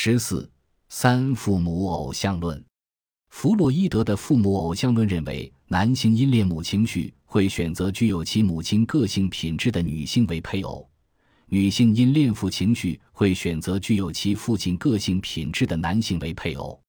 14.3父母偶像论。弗洛伊德的父母偶像论认为，男性因恋母情绪会选择具有其母亲个性品质的女性为配偶，女性因恋父情绪会选择具有其父亲个性品质的男性为配偶。